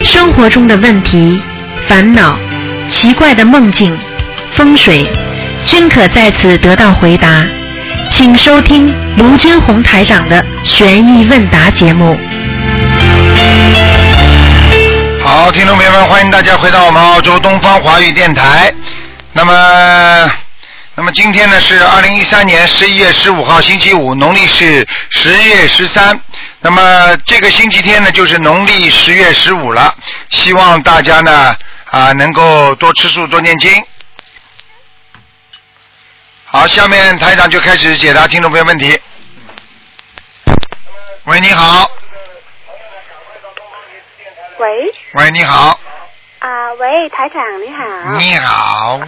生活中的问题、烦恼、奇怪的梦境、风水，均可在此得到回答。请收听卢军红台长的悬疑问答节目。 好，听众朋友们，欢迎大家回到我们澳洲东方华语电台。那么今天呢是2013年11月15号星期五，农历是10月13。那么这个星期天呢就是农历10月15了，希望大家呢能够多吃素多念经。好，下面台长就开始解答听众朋友问题。喂，你好。喂，你好。 喂，台长你好。 你好。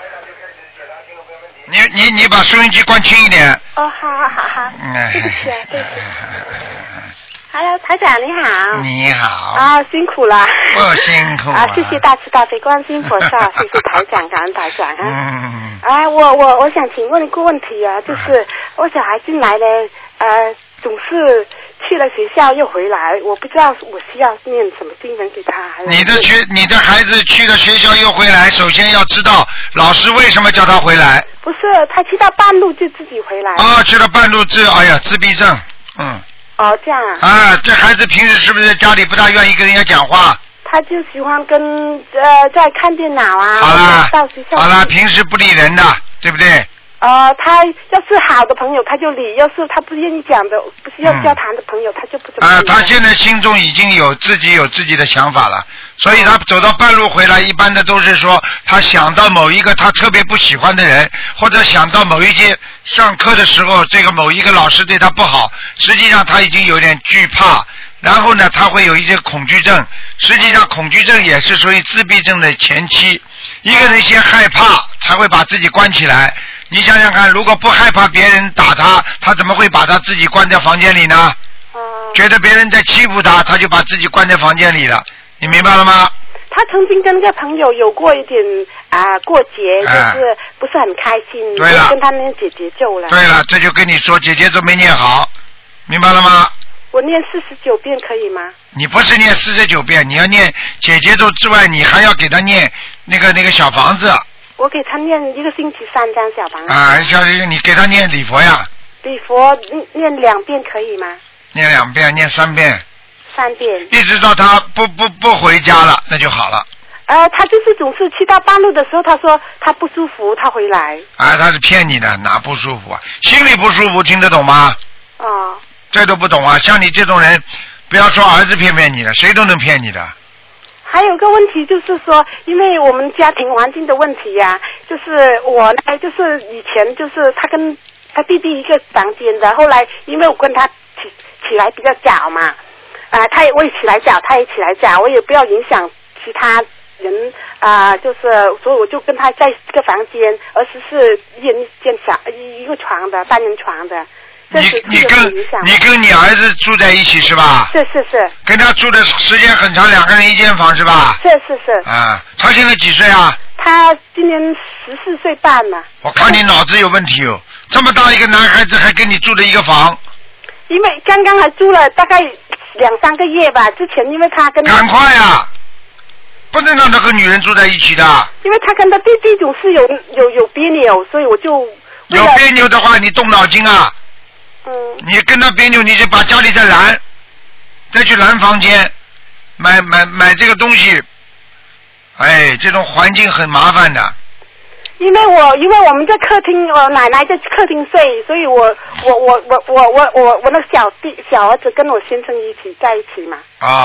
你把收音机关轻一点。 哦，好，对不起啊，对不起。Hello， 台长你好。 你好。 辛苦了。 不辛苦谢谢大慈大悲观世音菩萨，谢谢台长，感恩台长我想请问一个问题啊，就是我小孩进来了，总是去了学校又回来，我不知道我需要念什么经文给他。 你的孩子去了学校又回来，首先要知道老师为什么叫他回来。 不是，他去到半路就自己回来。 去了半路自闭症。 这样啊。 这孩子平时是不是在家里不大愿意跟人家讲话？ 他就喜欢跟在看电脑啊。 好啦， 到学校。 好啦，平时不理人的，对不对？ 他要是好的朋友他就理，要是他不愿意讲的，不需要交谈的朋友他就不怎么理。 他现在心中已经有自己的想法了，所以他走到半路回来，一般的都是说他想到某一个他特别不喜欢的人，或者想到某一节上课的时候这个某一个老师对他不好，实际上他已经有点惧怕，然后呢他会有一些恐惧症，实际上恐惧症也是属于自闭症的前期。一个人先害怕才会把自己关起来，你想想看，如果不害怕别人打他，他怎么会把他自己关在房间里呢？觉得别人在欺负他，他就把自己关在房间里了，你明白了吗？ 他曾经跟个朋友有过一点过节，就是不是很开心， 对了， 跟他念姐姐咒了。 对了，这就跟你说姐姐咒没念好，明白了吗？ 我念49遍可以吗？你不是念49遍，你要念姐姐咒之外，你还要给他念那个小房子。 我给他念1个星期3张小房子。 你给他念礼佛呀。 礼佛念2遍可以吗？ 念2遍，念3遍。 3遍。 一直到他不回家了，那就好了。 他就是总是去到半路的时候，他说他不舒服，他回来。 他是骗你的，哪不舒服啊？心里不舒服，听得懂吗？这都不懂啊！像你这种人，不要说儿子骗你了，谁都能骗你的。 还有个问题就是说，因为我们家庭环境的问题呀，就是我呢，就是以前就是他跟他弟弟一个房间的，后来因为我跟他起来比较早嘛，我也起来早，他也起来早，我也不要影响其他人就是所以我就跟他在这个房间，而是一个床的单人床的。你跟你儿子住在一起是吧？是。 跟他住的时间很长，2个人一间房是吧？ 是。 他现在几岁啊？ 他今年14岁半了。 我看你脑子有问题哦，这么大一个男孩子还跟你住的一个房。 因为刚刚还住了大概2-3个月吧，之前因为他跟赶快啊！不能让他和女人住在一起的。 因为他跟他弟弟总是有别扭，所以我就有别扭的话，你动脑筋啊！你跟他别扭，你就把家里再去拦房间，买这个东西，这种环境很麻烦的。 因为我们在客厅，我奶奶在客厅睡，所以我那小儿子跟我先生在一起嘛。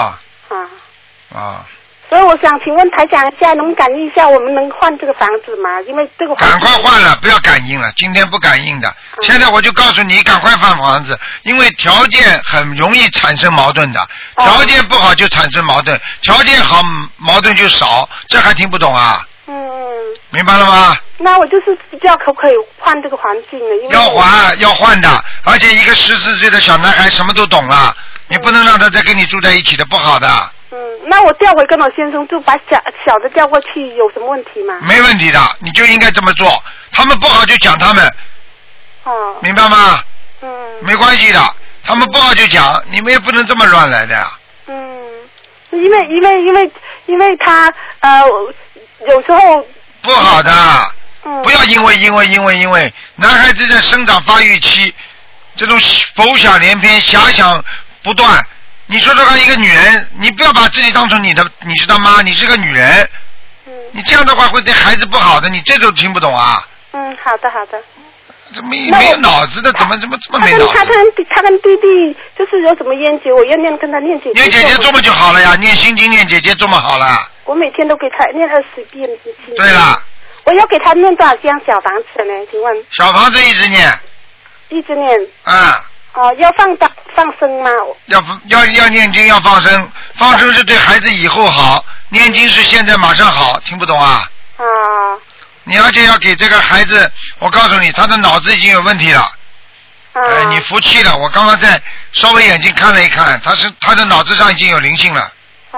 所以我想请问台长一下，能感应一下我们能换这个房子吗？因为这个赶快换了，不要感应了，今天不感应的。现在我就告诉你，赶快换房子，因为条件很容易产生矛盾的，条件不好就产生矛盾，条件好矛盾就少，这还听不懂啊？明白了吗？ 那我就是不知道可不可以换这个环境呢？因为要换的，而且一个14岁的小男孩什么都懂了，你不能让他再跟你住在一起的，不好的。 那我调回跟我先生就把小的调过去，有什么问题吗？ 没问题的，你就应该这么做。他们不好就讲他们，明白吗？没关系的，他们不好就讲，你们也不能这么乱来的呀。 因为他有时候不好的，不要因为男孩子在生长发育期，这种浮想联翩、遐想不断。你说这个一个女人，你不要把自己当成你是他妈，你是个女人。你这样的话会对孩子不好的，你这都听不懂啊？ 好的。 怎么没有脑子的？怎么这么没脑子？ 他跟弟弟就是有什么冤结，我要跟他念姐姐。 念姐姐做嘛就好了呀，念心经念姐姐做嘛好了。 我每天都给他念20遍心经。 对了。 我要给他念多少张小房子呢？请问？ 小房子一直念。 一直念。要放生吗？ 要念经，要放生，放生是对孩子以后好，念经是现在马上好，听不懂啊？你而且要给这个孩子，我告诉你，他的脑子已经有问题了。你服气了。我刚刚在稍微眼睛看了一看，他的脑子上已经有灵性了。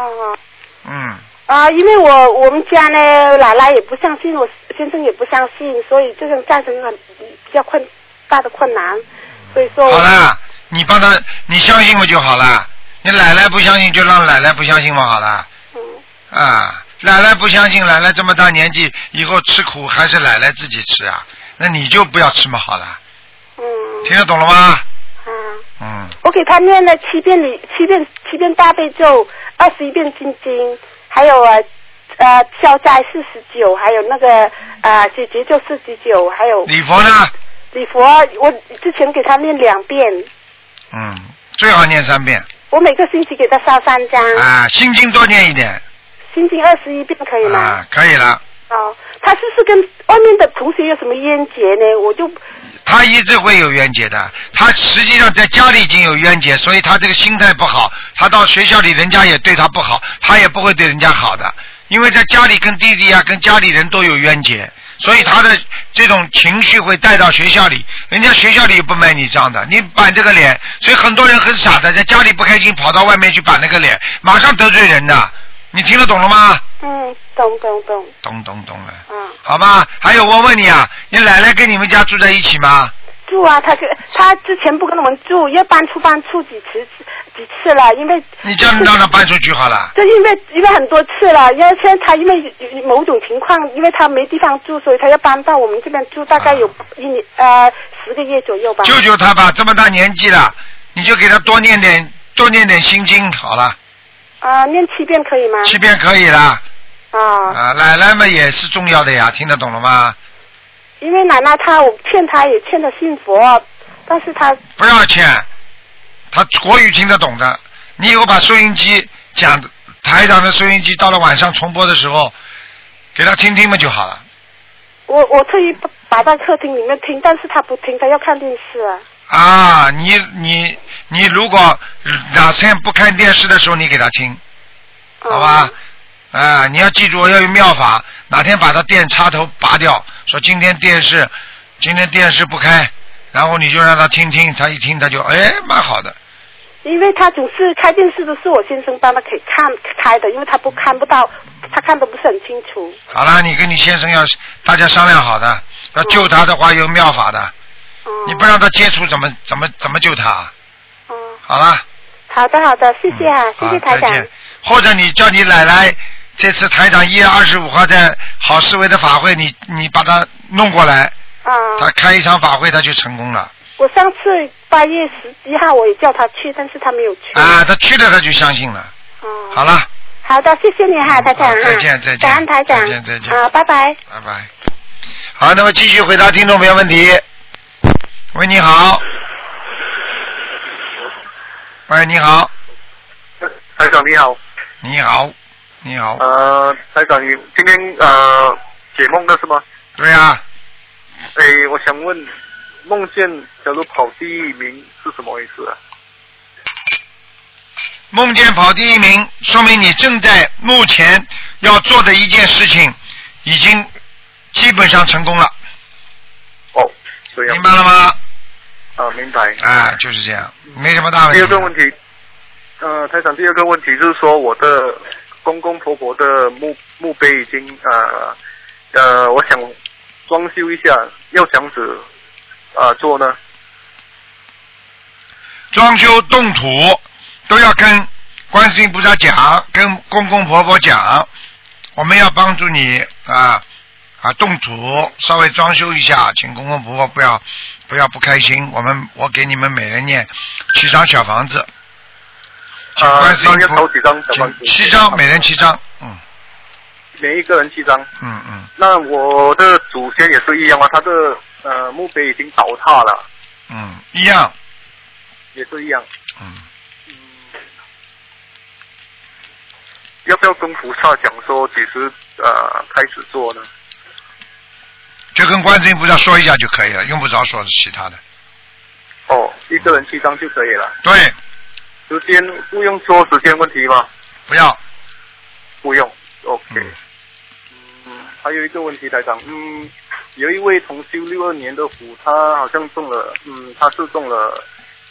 因为我们家呢，奶奶也不相信，我先生也不相信，所以这个造成很比较大的困难。所以说。好了，你帮他，你相信我就好了。你奶奶不相信，就让奶奶不相信嘛，好了。奶奶不相信，奶奶这么大年纪，以后吃苦还是奶奶自己吃啊？那你就不要吃嘛，好了。听得懂了吗？ 我给他念了7遍大悲咒，21遍心经，还有消灾49，还有那个姐姐咒49，还有礼佛呢？ 礼佛我之前给他念2遍。 最好念3遍。 我每个星期给他烧3张。 心经多念一点。 心经21遍可以吗？ 可以了。 他是不是跟外面的同学有什么冤结呢？ 他一直会有冤结的，他实际上在家里已经有冤结，所以他这个心态不好，他到学校里人家也对他不好，他也不会对人家好的，因为在家里跟弟弟跟家里人都有冤结，所以他的这种情绪会带到学校里，人家学校里也不卖你账的，你板这个脸，所以很多人很傻的，在家里不开心跑到外面去板那个脸，马上得罪人的，你听得懂了吗？懂了。好吧，还有我问你啊，你奶奶跟你们家住在一起吗？ 住啊，他之前不跟我们住，要搬出几次了，因为你叫让他搬出去好了。 对，因为很多次了，因为现在他因为某种情况，因为他没地方住，所以他要搬到我们这边住，大概有10个月左右吧。 救他吧，这么大年纪了，你就给他多念点心经好了。 念7遍可以吗 ？7遍可以了。奶奶们也是重要的呀，听得懂了吗？ 因为奶奶我劝她也劝她信佛，但是她不要劝，她国语听得懂的。你以后把收音机台长的收音机到了晚上重播的时候，给她听听嘛就好了。 我特意把在客厅里面听，但是她不听，她要看电视你如果哪天不看电视的时候，你给她听，好吧？你要记住，要有妙法。哪天把他电插头拔掉，说今天电视不开，然后你就让他听，他一听他就蛮好的。 因为他总是开电视都是我先生帮他可以开的，因为他看不到，他看得不是很清楚。 好了，你跟你先生要大家商量好的，要救他的话有妙法的。你不让他接触怎么救他？好了。 好的，谢谢谢谢台长。再见。 或者你叫你奶奶。这次台长1月25号在好思维的法会，你把他弄过来，他开一场法会他就成功了。 我上次8月11号我也叫他去，但是他没有去。 他去了他就相信了。好了。 好的，谢谢你台长。 再见。 感恩台长。 再见。 拜拜。 拜拜。好，那么继续回答听众朋友问题。喂，你好。喂，你好。 台长你好。 你好。 台长，你今天解梦的是吗？ 对啊。 我想问，梦见假如跑第1名是什么意思啊？ 梦见跑第1名，说明你正在目前要做的一件事情已经基本上成功了。 这样。 明白了吗？ 明白。 就是这样，没什么大问题。 第二个问题，台长，第二个问题就是说我的公公婆婆的墓碑已经我想装修一下，要这样子做呢？装修动土都要跟观世音菩萨讲，跟公公婆婆讲，我们要帮助你动土，稍微装修一下，请公公婆婆不要不开心。我给你们每人念7张小房子。观世音要抽几张小房子 ？7张，每人7张。 每一个人7张。那我的祖先也是一样吗？他的墓碑已经倒塌了。 一样。 也是一样。要不要跟菩萨讲说几时开始做呢？ 就跟观世音菩萨说一下就可以了，用不着说其他的。 一个人7张就可以了。 对。 时间不用说时间问题吗？ 不要。 不用。OK。还有一个问题，台长，有一位同修62年的虎，他好像中了，他是中了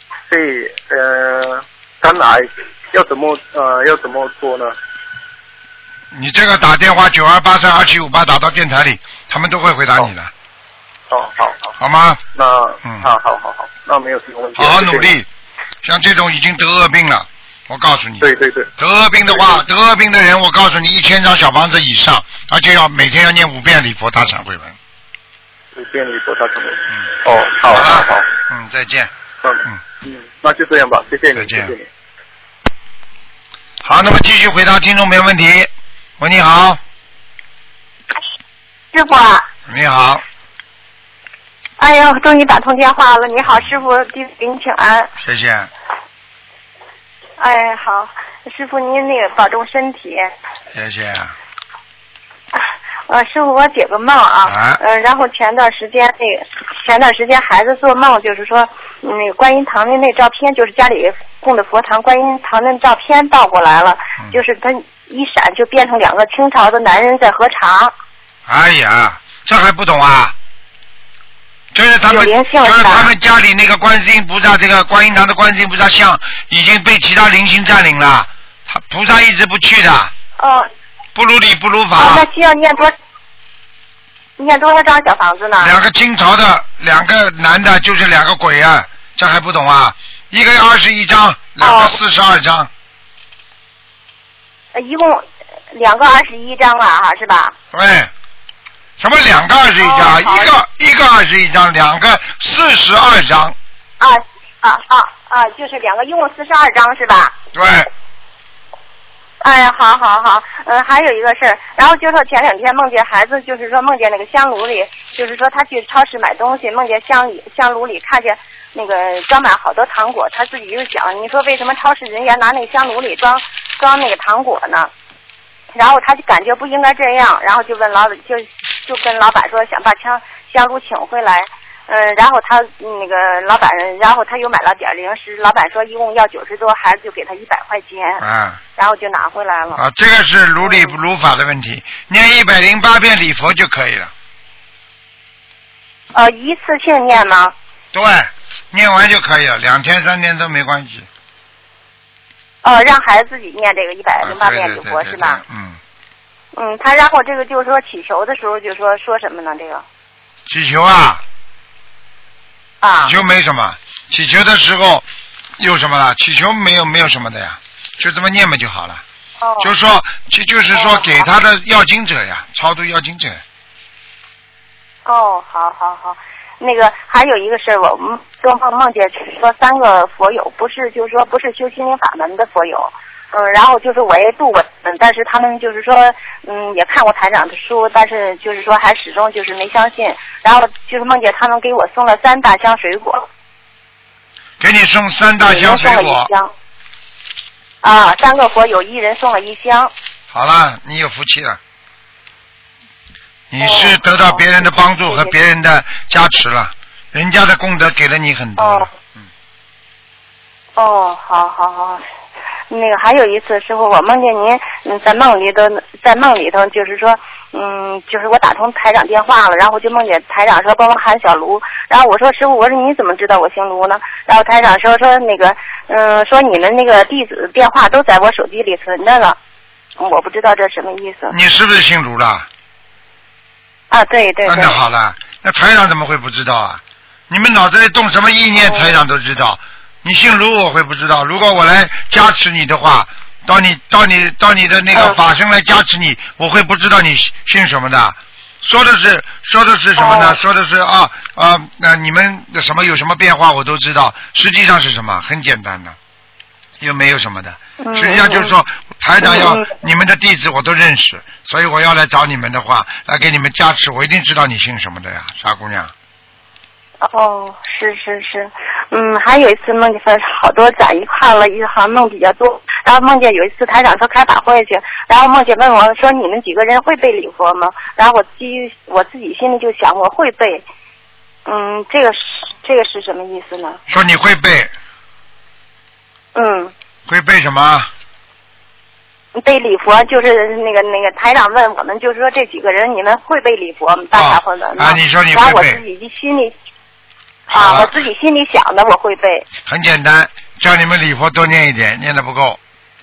肝癌，要怎么做呢？ 你这个打电话92832758打到电台里，他们都会回答你的。好吗？ 那好，那没有什么问题。 好好努力，像这种已经得恶病了，我告诉你。 对。 得恶病的话，得恶病的人，我告诉你，1000张小房子以上，而且每天要念5遍礼佛大忏悔文。 5遍礼佛大忏悔文。好。 再见。 那就这样吧，谢谢你。 再见。谢谢你。好，那么继续回答听众没问题。喂，你好。 师傅。 你好。 哎呦，终于打通电话了！你好，师傅，弟子给你请安。 谢谢。 哎，好，师傅您那个保重身体。 谢谢。 师傅，我解个梦啊。然后前段时间孩子做梦，就是说那个观音堂的那照片，就是家里供的佛堂观音堂的照片倒过来了，就是它一闪就变成2个清朝的男人在喝茶。 哎呀，这还不懂啊？就是他们家里那个观世音菩萨，这个观音堂的观世音菩萨像已经被其他灵性占领了，菩萨一直不去的。不如理不如法。 那需要念多少张小房子呢 ？2个清朝的2个男的，就是2个鬼啊，这还不懂啊？一个21张，2个42张。 一共2个21张啊，是吧？ 对。什么2个21张？一个21张，2个42张。 就是2个，一共42张是吧？ 对。 哎呀，好，还有一个事儿，然后就说前2天梦见孩子，就是说梦见那个香炉里，就是说他去超市买东西，梦见香炉里看见那个装满好多糖果，他自己就想，你说为什么超市人员拿那个香炉里装那个糖果呢？然后他就感觉不应该这样，然后就问就跟老板说想把香炉请回来。然后他那个老板，然后他又买了点零食，老板说一共要90多，孩子就给他100块钱，然后就拿回来了。 这个是如理不如法的问题，念108遍礼佛就可以了。 一次性念吗？ 对，念完就可以了，2天3天都没关系。 让孩子自己念这个108遍礼佛是吧？他然后这个就是说祈求的时候就说什么呢？这个祈求祈求没什么，祈求的时候有什么了？祈求没有什么的呀，就这么念嘛就好了。就是说给他的要经者呀，超度要经者。 好，那个还有一个事儿，我们做梦见说3个佛友，不是修心灵法门的佛友。然后就是我也度过，但是他们就是说，也看过台长的书，但是就是说还始终就是没相信。然后就是梦见他们给我送了3大箱水果。 给你送3大箱水果。 3个佛友1人送了1箱。 好了，你有福气了。你是得到别人的帮助和别人的加持了，人家的功德给了你很多。 好。那个还有一次师傅，我梦见您在梦里头就是说就是我打通台长电话了，然后就梦见台长说帮我喊小卢，然后我说师傅，我说你怎么知道我姓卢呢？然后台长说那个说你们那个弟子电话都在我手机里存着了，我不知道这什么意思。 你是不是姓卢了？ 对。 那好了，那台长怎么会不知道啊？你们脑子里动什么意念，台长都知道。你姓卢我会不知道，如果我来加持你的话， 到你的那个法身来加持你，我会不知道你姓什么的。说的是什么呢？说的是你们的什么有什么变化我都知道，实际上是什么？很简单的，又没有什么的。实际上就是说，台长要你们的地址我都认识，所以我要来找你们的话，来给你们加持，我一定知道你姓什么的呀，傻姑娘。 哦，是，还有一次梦见好多在一块了，好像梦比较多，然后梦见有一次台长说开法会去，然后梦见问我说你们几个人会背礼佛吗？然后我自己心里就想我会背，这个是什么意思呢？ 说你会背？会背什么？ 背礼佛，就是那个台长问我们，就是说这几个人你们会背礼佛吗？大家会的。 你说你会背？ 然后我自己心里。我自己心里想的我会背。 很简单，叫你们礼佛多念一点，念的不够。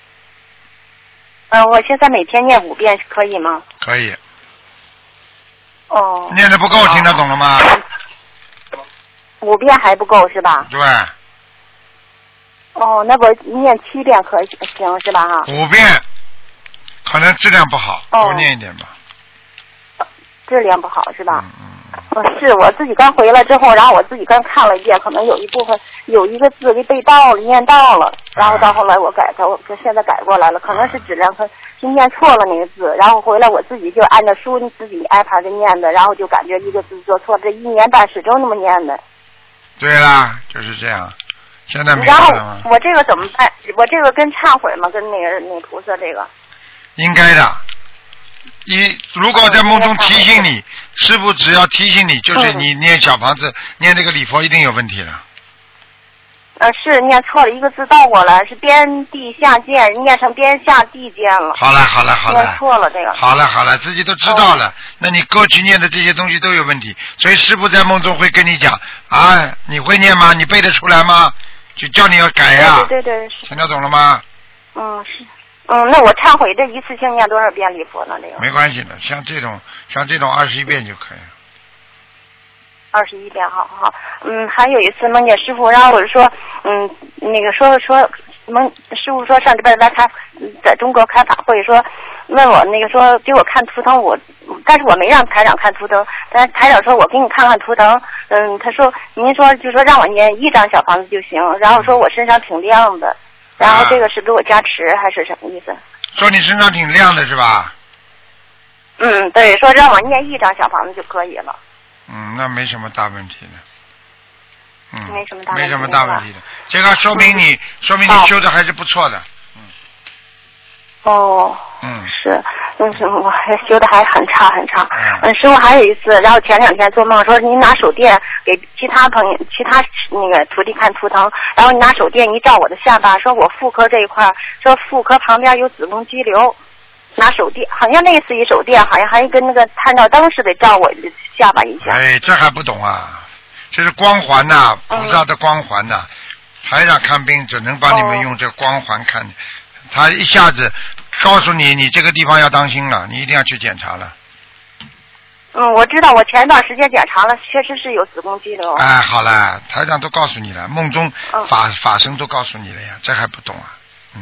我现在每天念5遍可以吗？ 可以。 哦。 念的不够，听得懂了吗 ？5遍还不够是吧？ 对。 哦，那我念7遍可行是吧？哈。 5遍，可能质量不好，多念一点吧。 质量不好是吧？是我自己刚回来之后，然后我自己刚看了一遍，可能有一部分有一个字给背到了，念到了，然后到后来我现在改过来了，可能是质量是念错了那个字，然后回来我自己就按照书自己iPad念的，然后就感觉一个字做错，这1年半始终那么念的。对啦，就是这样。现在明白了吗？ 然后我这个怎么办？我这个跟忏悔吗？跟那菩萨这个？ 应该的。如果在梦中提醒你，师父只要提醒你，就是你念小房子，念这个礼佛一定有问题了。 是念错了一个字倒过来，是边地下见，念成边下地见了。 好了， 念错了这个。 好了，自己都知道了。那你过去念的这些东西都有问题，所以师父在梦中会跟你讲啊，你会念吗？你背得出来吗？就叫你要改呀。 对， 听得懂了吗？ 是。那我忏悔这一次性念多少遍礼佛呢？这个没关系的，像这种21遍就可以了。 21遍，好。还有一次梦见师傅，然后我就说，那个说师傅说上这边来在中国开法会，说问我那个说给我看图腾，但是我没让台长看图腾，但是台长说我给你看看图腾，他说您说就说让我念1张小房子就行，然后说我身上挺亮的。然后这个是给我加持还是什么意思？ 说你身上挺亮的是吧？ 对，说让我念1张小房子就可以了。 那没什么大问题的。 没什么大问题的。这个说明你修的还是不错的。 是，我还修的还很差。师傅还有一次，然后前2天做梦说您拿手电给其他那个徒弟看图腾，然后你拿手电一照我的下巴，说我妇科这一块，说妇科旁边有子宫肌瘤，拿手电好像类似于手电，好像还跟那个探照灯似的照我的下巴一下。 这还不懂啊？这是光环呐，菩萨的光环呐。台上看病只能帮你们用这个光环看，他一下子告诉你，你这个地方要当心了，你一定要去检查了。 我知道，我前一段时间检查了，确实是有子宫肌瘤。 好了，台长都告诉你了，梦中法身都告诉你了呀，这还不懂啊？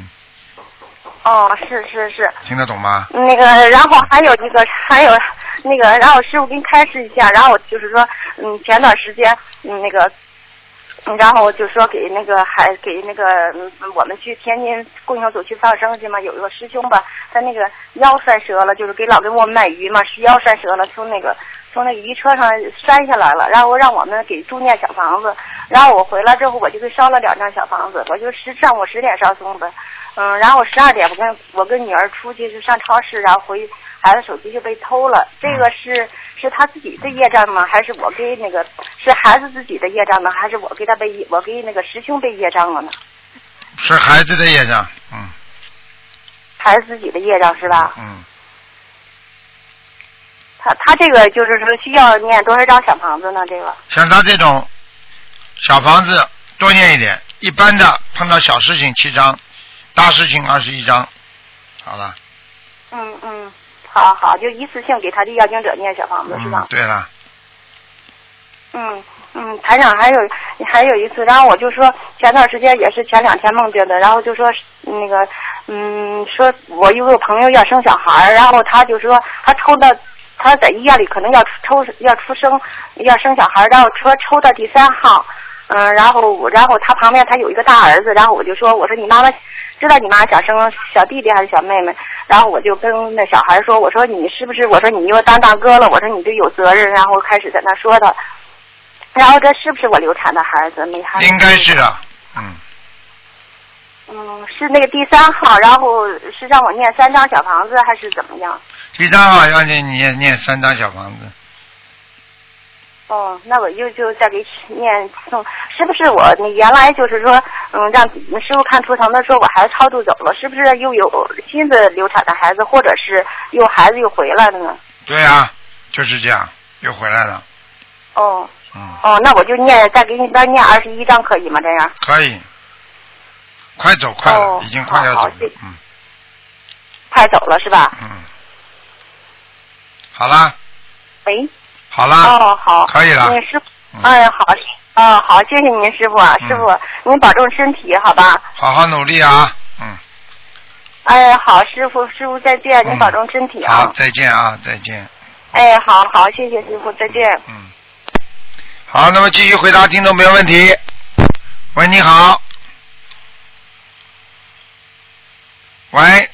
是。 听得懂吗？ 那个，然后还有那个，然后师傅给你开示一下，然后就是说，前段时间，那个。然后就说给那个我们去天津共修组去放生去嘛，有一个师兄吧，他那个腰摔折了，就是老给我们卖鱼嘛，是腰摔折了，从那个鱼车上摔下来了，然后让我们给住念小房子，然后我回来之后我就给烧了2张小房子，我就上午10点烧送的，然后12点我跟女儿出去上超市，然后回孩子手机就被偷了，这个是他自己的业障吗？还是我给那个是孩子自己的业障呢？还是我给那个师兄背业障了呢？ 是孩子的业障， 孩子自己的业障是吧？他这个就是说需要念多少张小房子呢？这个像他这种小房子多念一点，一般的碰到小事情7张，大事情21张，好了。 好，就一次性给他的要经者念小房子是吧？ 对了。 台长还有一次，然后我就说前段时间也是前2天梦见的，然后就说那个说我有个朋友要生小孩，然后他就说他在医院里可能要生小孩，然后抽到第3号，然后他旁边他有一个大儿子，然后我说你妈妈知道你妈想生小弟弟还是小妹妹，然后我就跟那小孩说，我说你是不是，我说你又当大哥了，我说你就有责任，然后开始在那说他，然后这是不是我流产的孩子？没孩子应该是的， 是那个第3号，然后是让我念3张小房子还是怎么样？ 第3号要念3张小房子。 那我就再给念送，是不是我你原来就是说，让师傅看图腾的时候，我孩子超度走了，是不是又有新的流产的孩子，或者是孩子又回来了呢？ 对啊，就是这样，又回来了。 那我就再给你再念21张可以吗？这样可以，快了，已经快要走了， 快走了是吧？ 好啦。 喂。 好啦。 好。 可以了。 师傅，好，谢谢您师傅，师傅您保重身体，好吧？ 好好努力啊， 好，师傅再见，您保重身体啊。 好，再见啊，再见。 好，谢谢师傅，再见。 好，那么继续回答听众朋友问题。喂，你好。喂。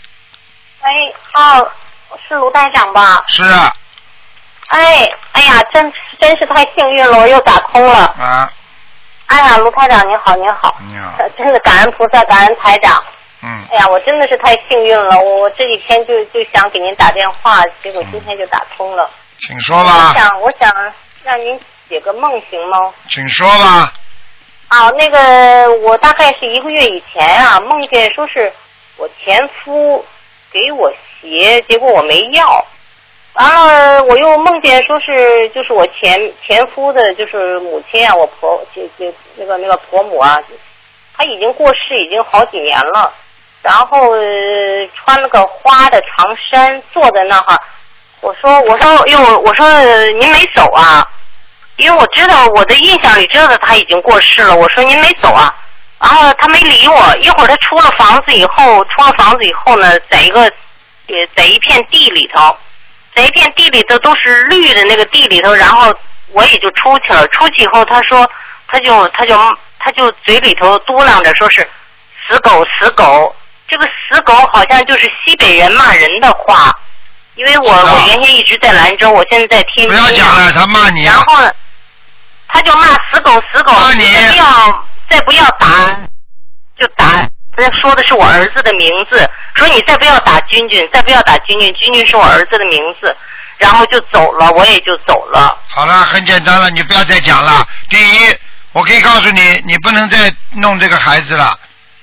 是卢台长吧？ 是啊。 哎呀，真是太幸运了，我又打通了。哎呀，卢台长您好。你好。真的感恩菩萨，感恩台长。哎呀，我真的是太幸运了，我这几天就想给您打电话，结果今天就打通了。 请说吧。 我想让您解个梦行吗？ 请说吧。 那个我大概是1个月以前梦见说是我前夫给我鞋，结果我没要。完了，我又梦见说是就是我前夫的，就是母亲我婆那个婆母她已经过世，已经好几年了。然后穿了个花的长衫，坐在那儿。我说您没走啊？因为我知道我的印象里知道他已经过世了。我说您没走啊？然后他没理我。一会儿他出了房子以后呢，在一片地里头。在一片地里头都是绿的那个地里头，然后我也就出去了。出去以后，他说，他就嘴里头嘟囔着说是死狗死狗。这个死狗好像就是西北人骂人的话，因为我原先一直在兰州，我现在在天津。不要讲了，他骂你。 然后呢，他就骂死狗死狗， 骂你再不要打就打。说的是我儿子的名字，说你再不要打君君，君君是我儿子的名字，然后就走了，我也就走了。 好了，很简单了，你不要再讲了。第一，我可以告诉你，你不能再弄这个孩子了。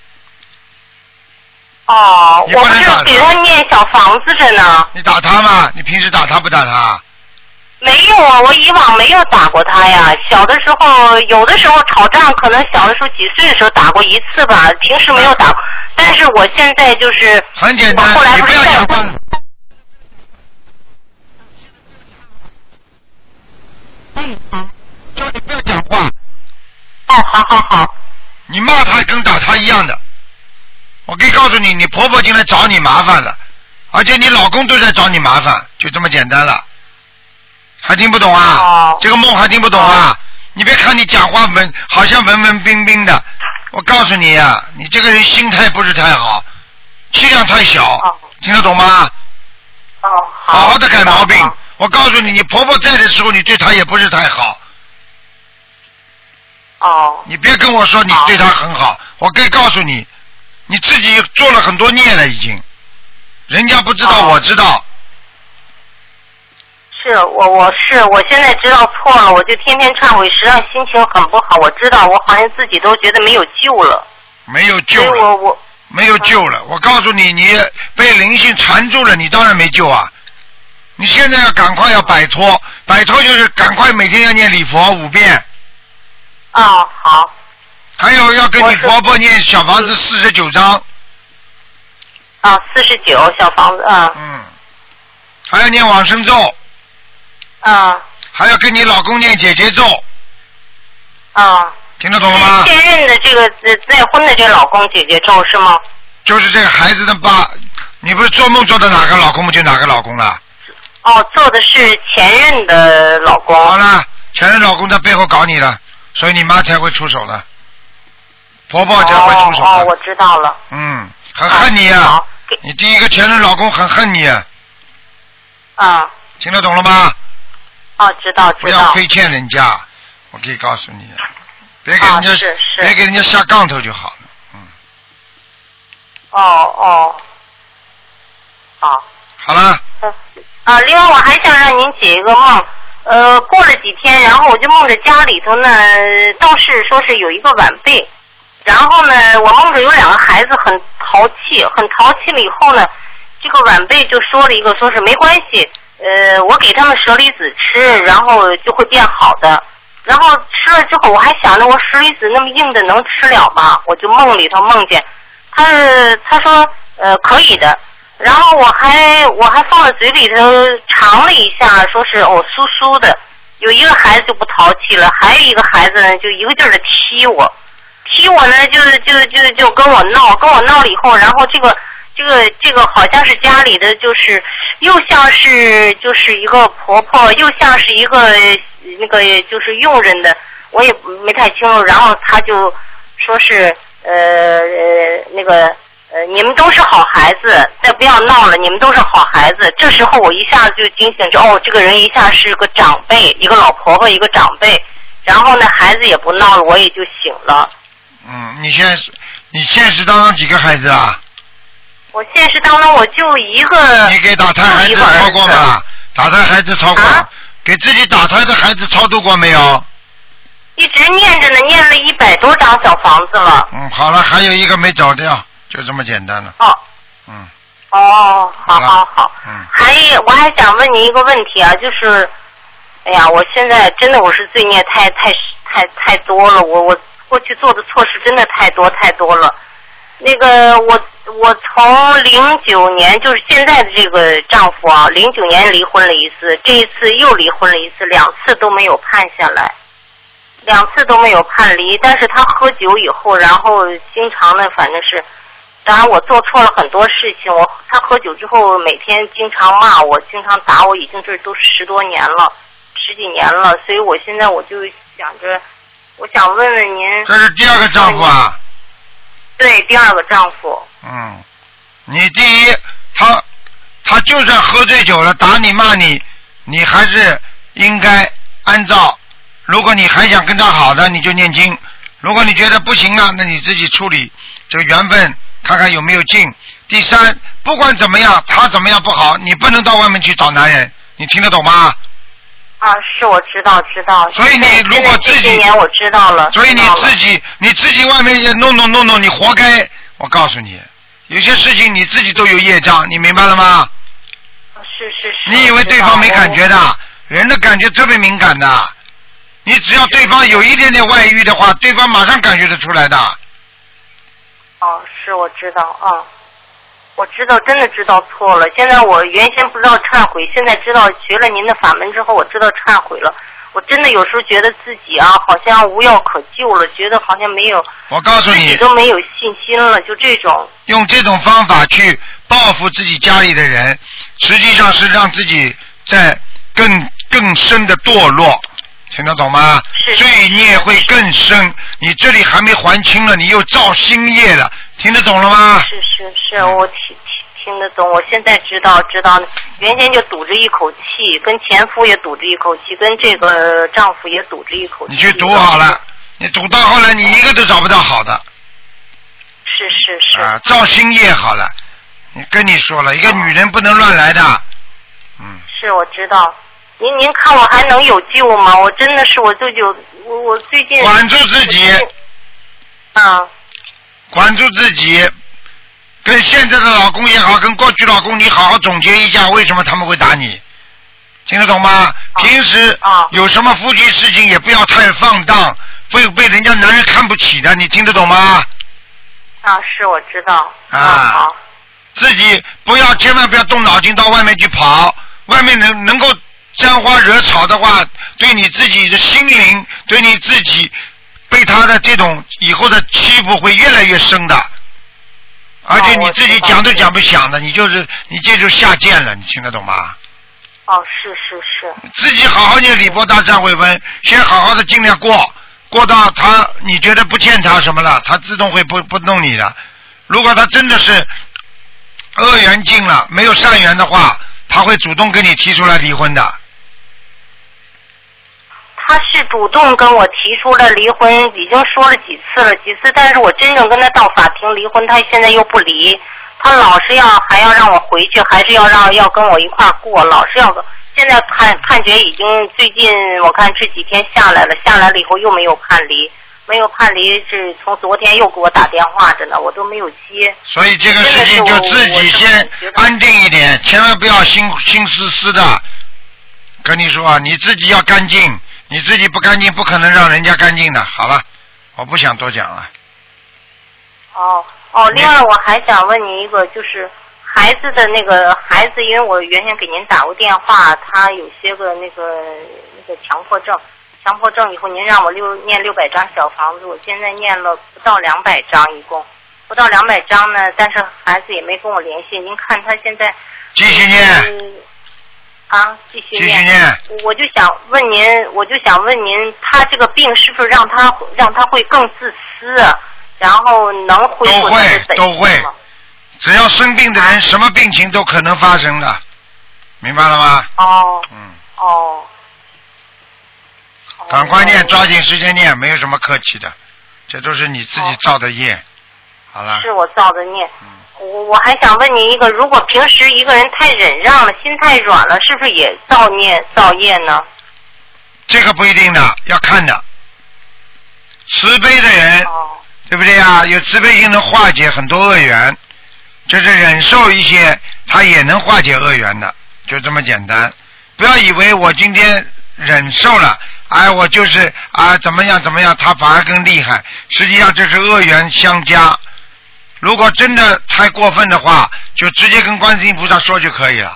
我不是给他念小房子着呢。 你打他吗？你平时打他不打他？ 没有啊，我以往没有打过他呀。小的时候，有的时候吵仗，可能小的时候几岁的时候打过1次吧，平时没有打过。但是我现在就是很简单， 后来不是再婚。 叫你不要讲话。 好。 你骂他跟打他一样的。我可以告诉你，你婆婆进来找你麻烦了，而且你老公都在找你麻烦，就这么简单了。还听不懂啊？这个梦还听不懂啊？你别看你讲话好像文文彬彬的，我告诉你呀，你这个人心态不是太好，气量太小，听得懂吗？好好的改毛病。我告诉你，你婆婆在的时候，你对她也不是太好。你别跟我说你对她很好，我可以告诉你，你自己做了很多孽了已经，人家不知道，我知道。 我现在知道错了，我就天天忏悔，实际上心情很不好。我知道我好像自己都觉得没有救了。 没有救了。没有救了。我告诉你，你被灵性缠住了，你当然没救啊。你现在要赶快要摆脱，就是赶快每天要念礼佛5遍。 好。 还有要跟你婆婆念小房子49章。 49小房子还要念往生咒。 啊。 还要跟你老公念姐姐咒。 啊。 听得懂了吗？ 现任的这个再婚的这个老公姐姐咒是吗？ 就是这个孩子的爸，你不是做梦做的哪个老公就哪个老公了？ 哦，做的是前任的老公。 好了，前任老公在背后搞你了，所以你妈才会出手的，婆婆才会出手的。 哦，我知道了。 嗯，很恨你啊！你第一个前任老公很恨你啊！ 啊。 听得懂了吗？ 哦，知道。 不要亏欠人家，我可以告诉你，别给人家别给人家下杠头就好了。 哦。好。 好了。 另外我还想让您解一个梦。过了几天，然后我就梦着家里头呢，倒是说是有一个晚辈，然后呢，我梦着有2个孩子很淘气了以后呢，这个晚辈就说了一个，说是没关系，我给他们舍利子吃，然后就会变好的。然后吃了之后，我还想着我舍利子那么硬的能吃了吗？我就梦里头梦见他说可以的。然后我还放在嘴里头尝了一下，说是酥酥的。有一个孩子就不淘气了，还有一个孩子呢就一个劲儿的踢我呢就跟我闹了以后，然后这个好像是家里的，就是又像是就是一个婆婆，又像是一个那个就是佣人的，我也没太清楚。然后他就说是那个。你们都是好孩子，再不要闹了，你们都是好孩子。这时候我一下子就惊醒着，这个人一下是个长辈，一个老婆婆，一个长辈。然后呢，孩子也不闹了，我也就醒了。 你现实当中几个孩子啊？ 我现实当中我就一个。 你给打胎孩子超过吗？打胎孩子超过？给自己打胎的孩子超度过没有？ 一直念着呢，念了100多张小房子了。 好了，还有一个没走掉。就这么简单了。 好。我还想问您一个问题啊，就是，哎呀，我现在真的我是罪孽太多了，我过去做的错事真的太多了。那个我从09年，就是现在的这个丈夫啊，09年离婚了一次，这一次又离婚了一次，2次都没有判下来，2次都没有判离。但是他喝酒以后，然后经常呢，反正是。当然我做错了很多事情，他喝酒之后每天经常骂我，经常打我，已经这都10多年了，10几年了，所以我现在我就想着，我想问问您。 这是第2个丈夫啊？ 对，第2个丈夫。 你第一，他就算喝醉酒了打你骂你，你还是应该按照，如果你还想跟他好的，你就念经；如果你觉得不行了，那你自己处理这个缘分。看看有没有劲。第3，不管怎么样，他怎么样不好，你不能到外面去找男人，你听得懂吗？ 是我知道。 所以你如果自己， 年我知道了。 所以你自己外面也弄，你活该。我告诉你，有些事情你自己都有业障，你明白了吗？ 是。 你以为对方没感觉的？人的感觉特别敏感的。你只要对方有一点点外遇的话，对方马上感觉得出来的。 是我知道我知道，真的知道错了。现在我原先不知道忏悔，现在知道学了您的法门之后，我知道忏悔了。我真的有时候觉得自己好像无药可救了，觉得好像没有， 我告诉你， 自己都没有信心了，就这种。 用这种方法去报复自己家里的人，实际上是让自己在更深的堕落。听得懂吗？罪孽会更深，你这里还没还清了，你又造新业了，听得懂了吗？ 是，我听得懂，我现在知道，原先就堵着一口气，跟前夫也堵着一口气，跟这个丈夫也堵着一口气。 你去堵好了，你堵到后来你一个都找不到好的。 是。 造新业好了，跟你说了，一个女人不能乱来的。 是我知道。您看我还能有救吗？我真的是，我最近管住自己，管住自己，跟现在的老公也好，跟过去老公，你好好总结一下，为什么他们会打你，听得懂吗？平时有什么夫妻事情也不要太放荡，会被人家男人看不起的，你听得懂吗？ 是我知道。 好。自己千万不要动脑筋到外面去跑，外面能够沾花惹草的话，对你自己的心灵，对你自己被他的这种以后的欺负会越来越深的，而且你自己讲都讲不响的，你这就下贱了，你听得懂吗？ 哦，是。 自己好好念礼佛大忏悔文，先好好的尽量过到他你觉得不欠他什么了，他自动会不弄你的。如果他真的是恶缘尽了，没有善缘的话，他会主动跟你提出来离婚的。 他是主动跟我提出了离婚，已经说了几次，但是我真正跟他到法庭离婚，他现在又不离，他老是还要让我回去，还是要跟我一块过，老是要。现在判决已经最近我看这几天下来了以后又没有判离，是从昨天又给我打电话着呢，我都没有接。 所以这个事情就自己先安定一点，千万不要心思的。跟你说，你自己要干净，你自己不干净，不可能让人家干净的。好了，我不想多讲了。 另外我还想问你一个，就是孩子的那个孩子，因为我原先给您打过电话，他有些个那个强迫症以后您让我念600张小房子，我现在念了不到200张，一共不到200张呢，但是孩子也没跟我联系，您看他现在继续念继续念。我就想问您，他这个病是不是让他会更自私，然后能恢复他的本性吗？都会， 只要生病的人，什么病情都可能发生的，明白了吗？赶快念，抓紧时间念，没有什么客气的，这都是你自己造的业。好了。 是我造的孽。我还想问您一个，如果平时一个人太忍让了，心太软了，是不是也造业呢？ 这个不一定的，要看的。慈悲的人，对不对啊？有慈悲心能化解很多恶缘，就是忍受一些，他也能化解恶缘的，就这么简单。不要以为我今天忍受了，我就是怎么样，他反而更厉害。实际上这是恶缘相加。如果真的太过分的话，就直接跟观世音菩萨说就可以了。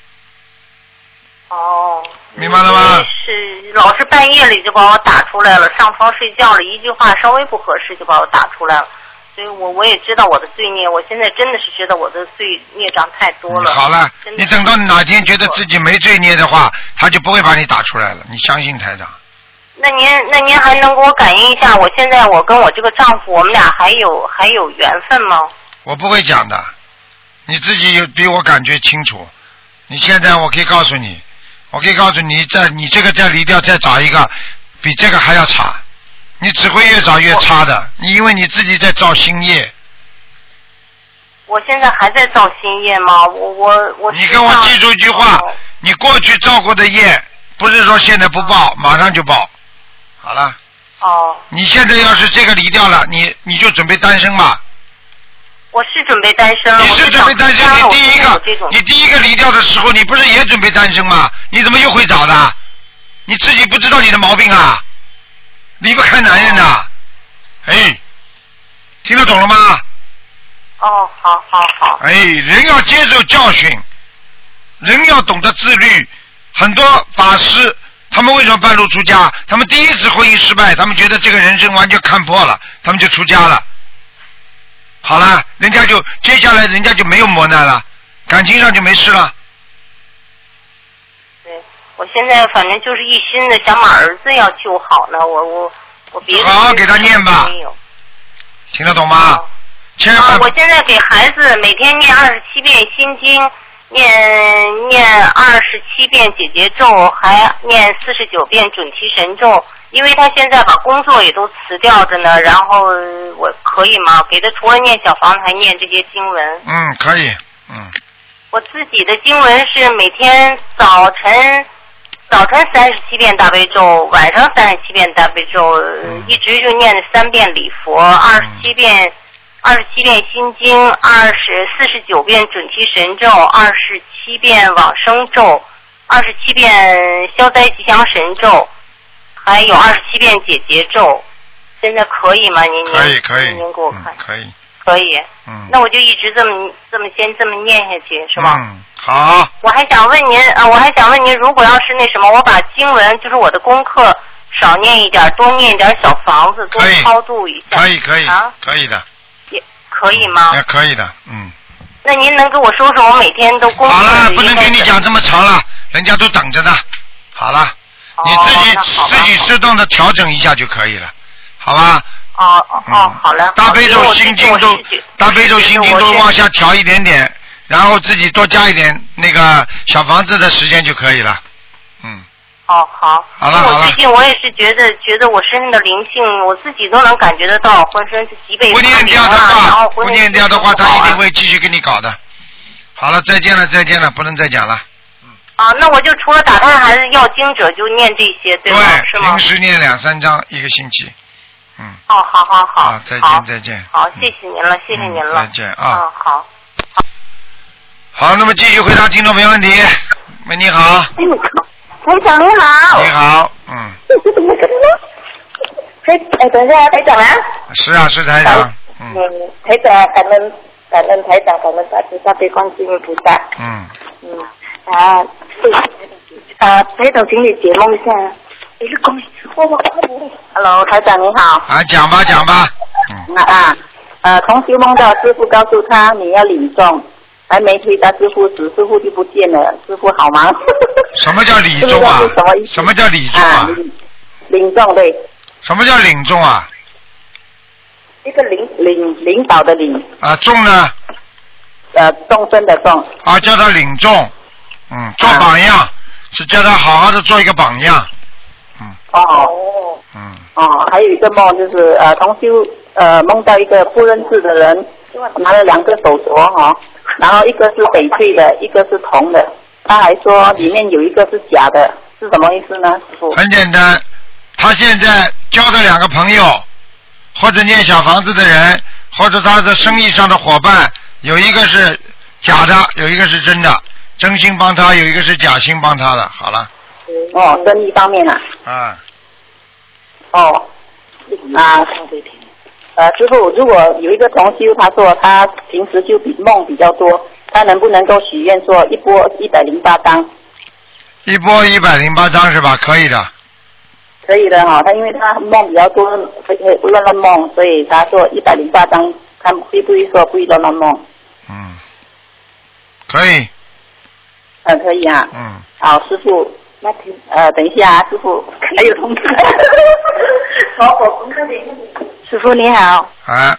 明白了吗？ 是老是半夜里就把我打出来了，上床睡觉了，一句话稍微不合适就把我打出来了。所以我也知道我的罪孽，我现在真的是知道我的罪孽障太多了。 好了，你等到哪天觉得自己没罪孽的话，他就不会把你打出来了，你相信台长。 那您还能给我感应一下，我现在我跟我这个丈夫，我们俩还有缘分吗？ 我不会讲的，你自己比我感觉清楚。你现在我可以告诉你，你这个再离掉，再找一个比这个还要差，你只会越找越差的。你因为你自己在造新业。 我现在还在造新业吗？我你跟我记住一句话，你过去造过的业，不是说现在不报，马上就报。好了。你现在要是这个离掉了，你就准备单身嘛。 我是准备单身了。 你是准备单身，你第一个离掉的时候，你不是也准备单身吗？你怎么又会找的？你自己不知道你的毛病啊？离不开男人的。听得懂了吗？ 好。 人要接受教训，人要懂得自律。很多法师他们为什么半路出家？他们第一次婚姻失败，他们觉得这个人生完全看破了，他们就出家了。好了，接下来人家就没有磨难了，感情上就没事了。 对，我现在反正就是一心的想把儿子要救好呢，我别的好好给他念吧，听得懂吗？ 我现在给孩子每天念27遍心经，念27遍解结咒，还念49遍准提神咒。因为他现在把工作也都辞掉着呢，然后我可以吗？给他除了念小房子，还念这些经文。 可以。 我自己的经文是每天早晨37遍大悲咒，晚上37遍大悲咒，一直就念了3遍礼佛，27遍心经，49遍准提神咒，27遍往生咒，27遍消灾吉祥神咒。还有27遍解结咒，现在可以吗？您可以， 您给我看。 可以。 那我就一直这么念下去，是吧？ 好。 我还想问您，如果要是那什么，我把经文就是我的功课少念一点，多念一点小房子，多超度一下。 可以啊， 可以的。 也可以吗？ 也可以的，嗯。 那您能跟我说说，我每天都工作？ 好了，不能跟你讲这么长了，人家都等着呢。好了，你自己适当的调整一下就可以了，好吧？ 好了。 大悲咒心经都往下调一点点，然后自己多加一点那个小房子的时间就可以了。嗯。 好。 好了。 我最近我也是觉得我身上的灵性，我自己都能感觉得到，浑身是脊背不念掉的话，他一定会继续给你搞的。好了，再见了，不能再讲了。 那我就除了打胎还是要经者，就念这些，对吗？ 对，平时念2-3章一个星期。 好。 再见。 好，谢谢您了，谢谢您了。 再见啊。 好。 好，那么继续回答听众朋友问题。喂，你好。 台长你好。 你好， 等一下，台长啊。 是啊，是台长。 台长，感恩台长，感恩大悲观世音菩萨。台长，请你解梦一下。Hello， 台长你好。 讲吧。 同修梦到师傅告诉他你要领众，还没推到师傅时，师傅就不见了。师傅好忙。 什么叫领众啊？什么叫领众啊？ 领众对。 什么叫领众啊？ 一个领导的领。 众呢？ 众生的众。 叫他领众。做榜样，是叫他好好的做一个榜样。 还有一个梦就是同修梦到一个不认识的人拿了2个手镯然后一个是翡翠的，一个是铜的，他还说里面有一个是假的，是什么意思呢？师父？ 很简单，他现在交的2个朋友，或者念小房子的人，或者他的生意上的伙伴，有一个是假的，有一个是真的，真心帮他，有一个是假心帮他的。好了。 生意方面师傅，如果有一个同修，他说他平时就梦比较多，他能不能够许愿说一波108张？ 一波108张是吧？可以的。 可以的他因为他梦比较多，会乱梦，所以他说108张，他会不会说不会乱梦？ 可以。 可以啊。好，师傅。那等一下师傅还有通知。师傅你好。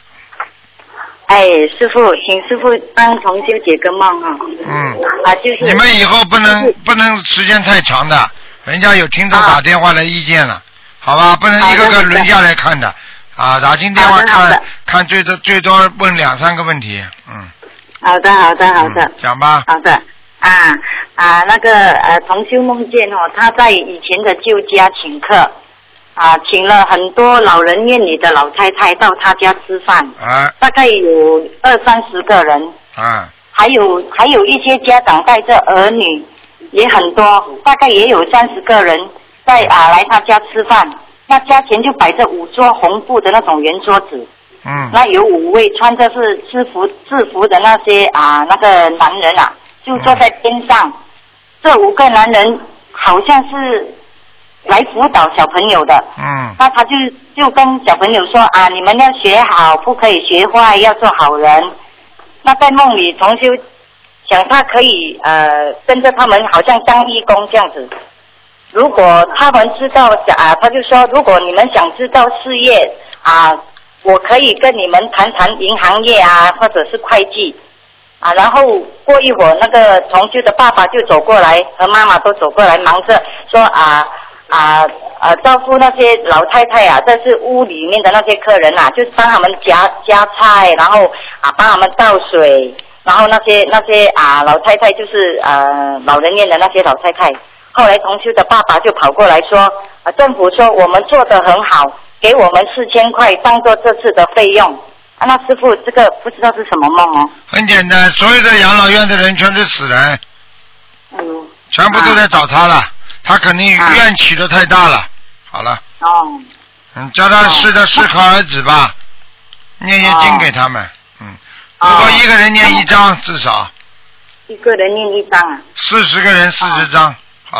师傅，请师傅帮同修解个梦就是你们以后不能时间太长的，人家有听众打电话来意见了，好吧？不能一个个轮下来看的打进电话看最多问2-3个问题。 好的。 讲吧。 好的。那个同修梦见他在以前的旧家请客请了很多老人院里的老太太到他家吃饭大概有20-30个人还有一些家长带着儿女也很多，大概也有30个人在来他家吃饭。那家前就摆着5桌红布的那种圆桌子那有5位穿着是制服的那些那个男人就坐在边上。这5个男人好像是来辅导小朋友的那他就跟小朋友说你们要学好，不可以学坏，要做好人。那在梦里同修想他可以跟着他们好像当义工这样子。如果他们知道他就说如果你们想知道事业我可以跟你们谈银行业或者是会计然后过一会儿那个同修的爸爸就走过来，和妈妈都走过来，忙着说照顾那些老太太这是屋里面的那些客人就是帮他们夹菜，然后帮他们倒水，然后那些老太太就是老人院的那些老太太。后来同修的爸爸就跑过来说政府说我们做得很好，给我们4000块当做这次的费用。那师父这个不知道是什么梦很简单，所有的养老院的人全是死人全部都在找他了他肯定怨气的太大了。好了叫他适可而止吧，念经给他们如果一个人念1张至少一个人念1张40 个人40张好了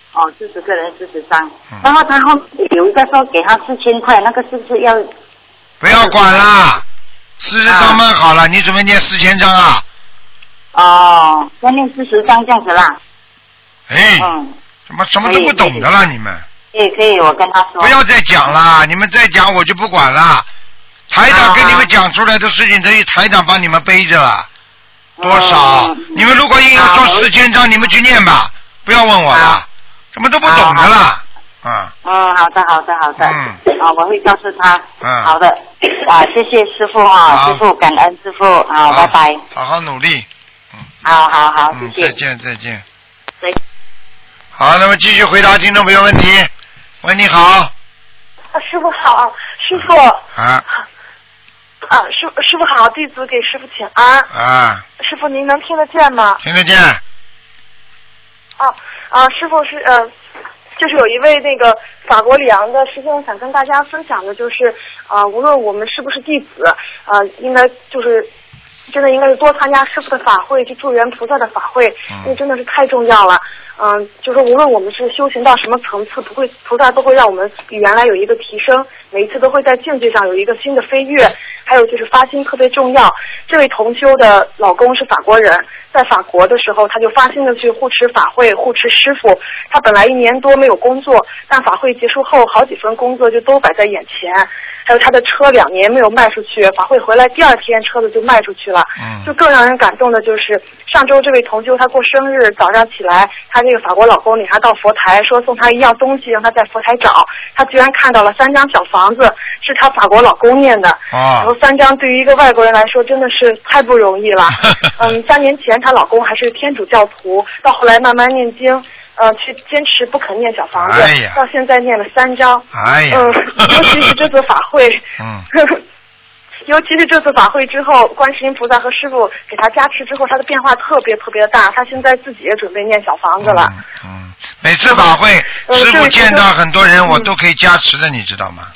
哦，40个人40张。然后他后有一个说给他4000块，那个是不是要？ 不要管啦，40张蛮好了，你准备念4000张啊？ 哦，要念40张这样子啦。 哎，怎么什么都不懂的啦你们？ 可以，我跟他说。 不要再讲啦，你们再讲我就不管了。台长跟你们讲出来的事情，等于台长帮你们背着了。多少？你们如果硬要做4000张，你们去念吧，不要问我了，什么都不懂的啦。 好的。我会告诉他。好的，谢谢师傅啊，师傅感恩师傅，好，拜拜。 好好努力。 好，谢谢。 再见。好，那么继续回答听众朋友问题。喂，你好。 师傅好，师傅。师傅好，弟子给师傅请安。师傅您能听得见吗？ 听得见。 师傅是就是有一位那个法国里昂的师兄想跟大家分享的，就是无论我们是不是弟子，应该就是真的应该是多参加师父的法会，去助缘菩萨的法会，因为真的是太重要了。就是无论我们是修行到什么层次，菩萨都会让我们比原来有一个提升，每一次都会在境界上有一个新的飞跃。还有就是发心特别重要。这位同修的老公是法国人，在法国的时候他就发心的去护持法会，护持师父。他本来1年多没有工作，但法会结束后好几份工作就都摆在眼前。还有他的车2年没有卖出去，法会回来第2天车子就卖出去了。就更让人感动的就是上周这位同修他过生日，早上起来他这个法国老公领他到佛台，说送他一样东西让他在佛台找，他居然看到了3张小房子，是他法国老公念的。然后3张对于一个外国人来说真的是太不容易了。3年前她老公还是天主教徒，到后来慢慢念经，去坚持不肯念小房子，到现在念了3张。尤其是这次法会，尤其是这次法会之后，观世音菩萨和师父给他加持之后，他的变化特别特别大。他现在自己也准备念小房子了。 每次法会，师父见到很多人，我都可以加持的，你知道吗？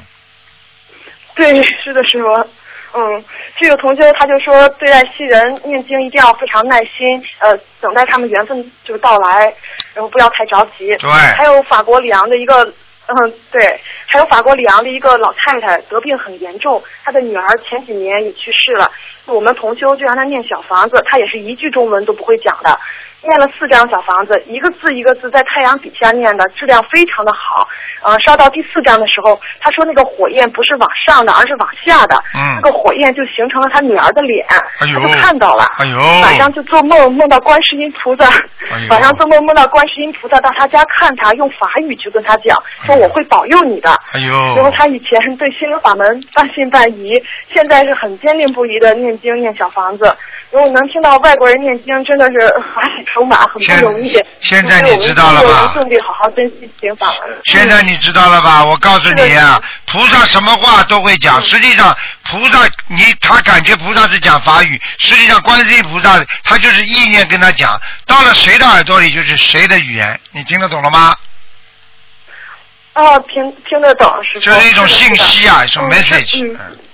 对，是的，师父。这个同修他就说，对待西人念经一定要非常耐心，等待他们缘分就是到来，然后不要太着急。 对。 还有法国里昂的一个，对，还有法国里昂的一个老太太得病很严重，她的女儿前几年也去世了。我们同修就让她念小房子，她也是一句中文都不会讲的。念了4张小房子，一个字一个字在太阳底下念的，质量非常的好。烧到第4张的时候，他说那个火焰不是往上的，而是往下的。那个火焰就形成了他女儿的脸，他就看到了。晚上就做梦，梦到观世音菩萨。晚上做梦梦到观世音菩萨到他家看他，用法语去跟他讲，说我会保佑你的。然后他以前对心灵法门半信半疑，现在是很坚定不移的念经念小房子。然后能听到外国人念经，真的是法喜充满，很不容易。 现在你知道了吧？ 顺利好好珍惜心灵法门。 现在你知道了吧？我告诉你啊，菩萨什么话都会讲。实际上，菩萨他感觉菩萨是讲法语，实际上观世音菩萨他就是意念跟他讲，到了谁的耳朵里就是谁的语言，你听得懂了吗？ 听得懂，师父。 这是一种信息啊，一种 message。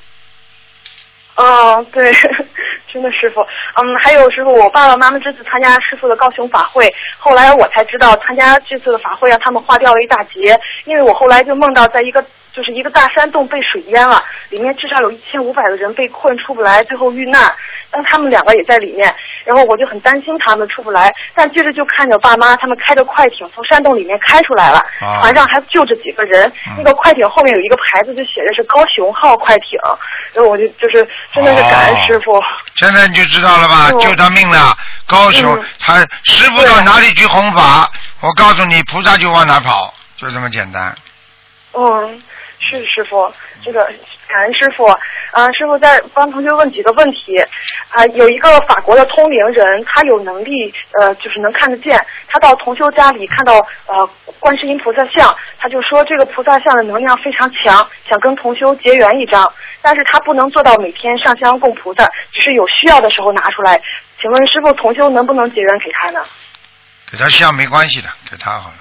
对，真的师父。还有师父，我爸爸妈妈这次参加师父的高雄法会，后来我才知道参加这次的法会让他们化掉了一大劫，因为我后来就梦到在一个大山洞被水淹了，里面至少有1500个人被困出不来，最后遇难。但他们2个也在里面，然后我就很担心他们出不来，但接着就看着爸妈他们开着快艇从山洞里面开出来了，船上还救着几个人，那个快艇后面有一个牌子就写的是高雄号快艇，然后我就是真的是感恩师父。 现在你就知道了吧，救他命了。高雄，他师父到哪里去弘法，我告诉你，菩萨就往哪跑，就这么简单。 是师父，这个感恩师父。师父再帮同学问几个问题。有一个法国的通灵人，他有能力就是能看得见，他到同修家里看到观世音菩萨像，他就说这个菩萨像的能量非常强，想跟同修结缘一张，但是他不能做到每天上香供菩萨，只是有需要的时候拿出来。请问师父，同修能不能结缘给他呢？ 给他像没关系的，给他好了。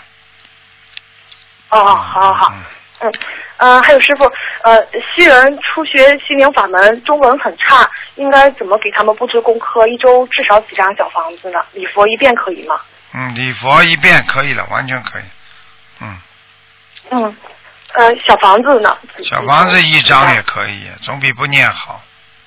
好。还有师父，西人初学心灵法门，中文很差，应该怎么给他们布置功课？1周至少几张小房子呢？礼佛1遍可以吗？ 礼佛一遍可以了，完全可以。 小房子呢？ 小房子1张也可以，总比不念好。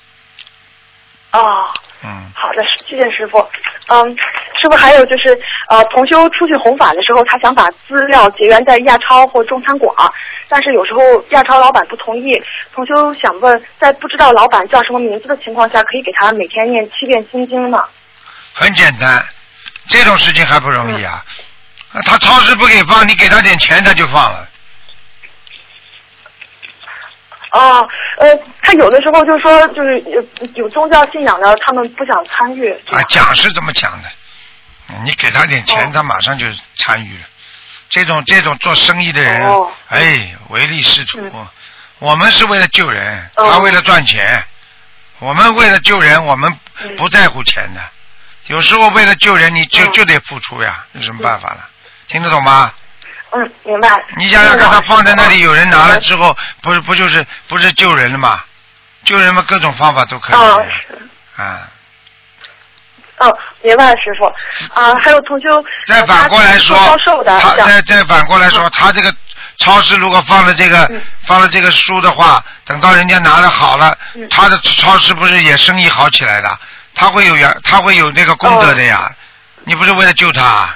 好的，谢谢师傅。师傅还有就是，同修出去弘法的时候，他想把资料结缘在亚超或中餐馆，但是有时候亚超老板不同意。同修想问，在不知道老板叫什么名字的情况下，可以给他每天念7遍心经吗？ 很简单，这种事情还不容易啊！他超市不给放，你给他点钱他就放了。 他有的时候就说，就是有宗教信仰的，他们不想参与。 讲是这么讲的，你给他点钱，他马上就参与了。这种做生意的人，唯利是图。我们是为了救人，他为了赚钱。我们为了救人，我们不在乎钱的。有时候为了救人，你就得付出呀，有什么办法了？听得懂吗？ 明白。 你想想看，他放在那里，有人拿了之后，不是救人了吗？救人嘛，各种方法都可以。 明白，师傅。还有同修。 再反过来说，再反过来说，他这个超市如果放了这个书的话，等到人家拿了好了，他的超市不是也生意好起来的？他会有那个功德的呀。你不是为了救他？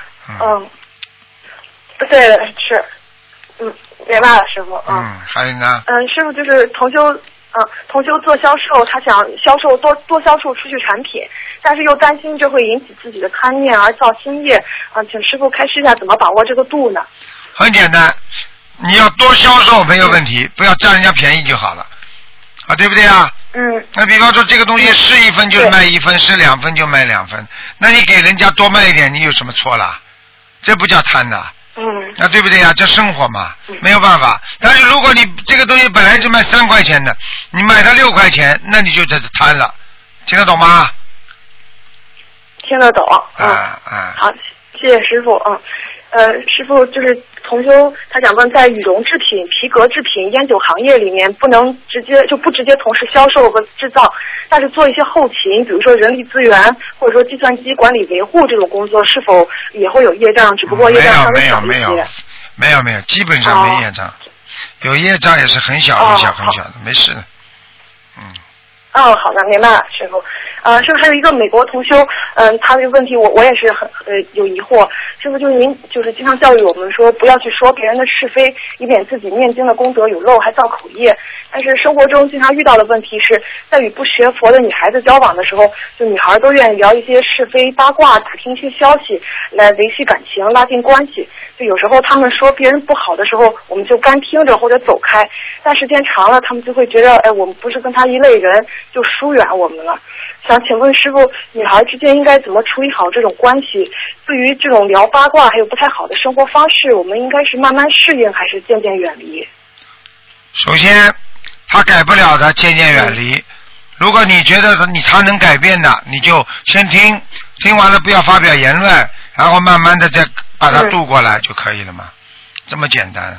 对，是，明白了，师傅。 还有呢？ 师傅就是同修做销售，他想多销售出去产品，但是又担心这会引起自己的贪念而造新业。请师傅开示一下怎么把握这个度呢？ 很简单，你要多销售没有问题，不要占人家便宜就好了，对不对啊？那比方说这个东西是1分就卖1分，是2分就卖2分，那你给人家多卖一点，你有什么错啦？这不叫贪呐。对不对呀？这生活嘛，没有办法。但是如果你这个东西本来就卖3块钱的，你卖它6块钱，那你就在这贪了，听得懂吗？ 听得懂。好，谢谢师傅。师傅就是同修，他想问，在羽绒制品、皮革制品、烟酒行业里面，不直接从事销售和制造，但是做一些后勤，比如说人力资源或者说计算机管理维护这种工作，是否也会有业障？只不过业障稍微小一些。 没有，基本上没业障，有业障也是很小的，没事的。 好的，明白了，师傅。师傅还有一个美国同修，他这个问题我也是很有疑惑。师傅就是您就是经常教育我们说不要去说别人的是非，以免自己念经的功德有漏还造口业。但是生活中经常遇到的问题是在与不学佛的女孩子交往的时候，就女孩都愿意聊一些是非八卦，打听一些消息来维系感情，拉近关系。就有时候他们说别人不好的时候，我们就干听着或者走开，但时间长了，他们就会觉得我们不是跟他一类人，就疏远我们了。想请问师傅，女孩之间应该怎么处理好这种关系？对于这种聊八卦还有不太好的生活方式，我们应该是慢慢适应，还是渐渐远离？ 首先，他改不了的，渐渐远离。如果你觉得他能改变的，你就先听完了不要发表言论，然后慢慢的再把它渡过来就可以了嘛，这么简单。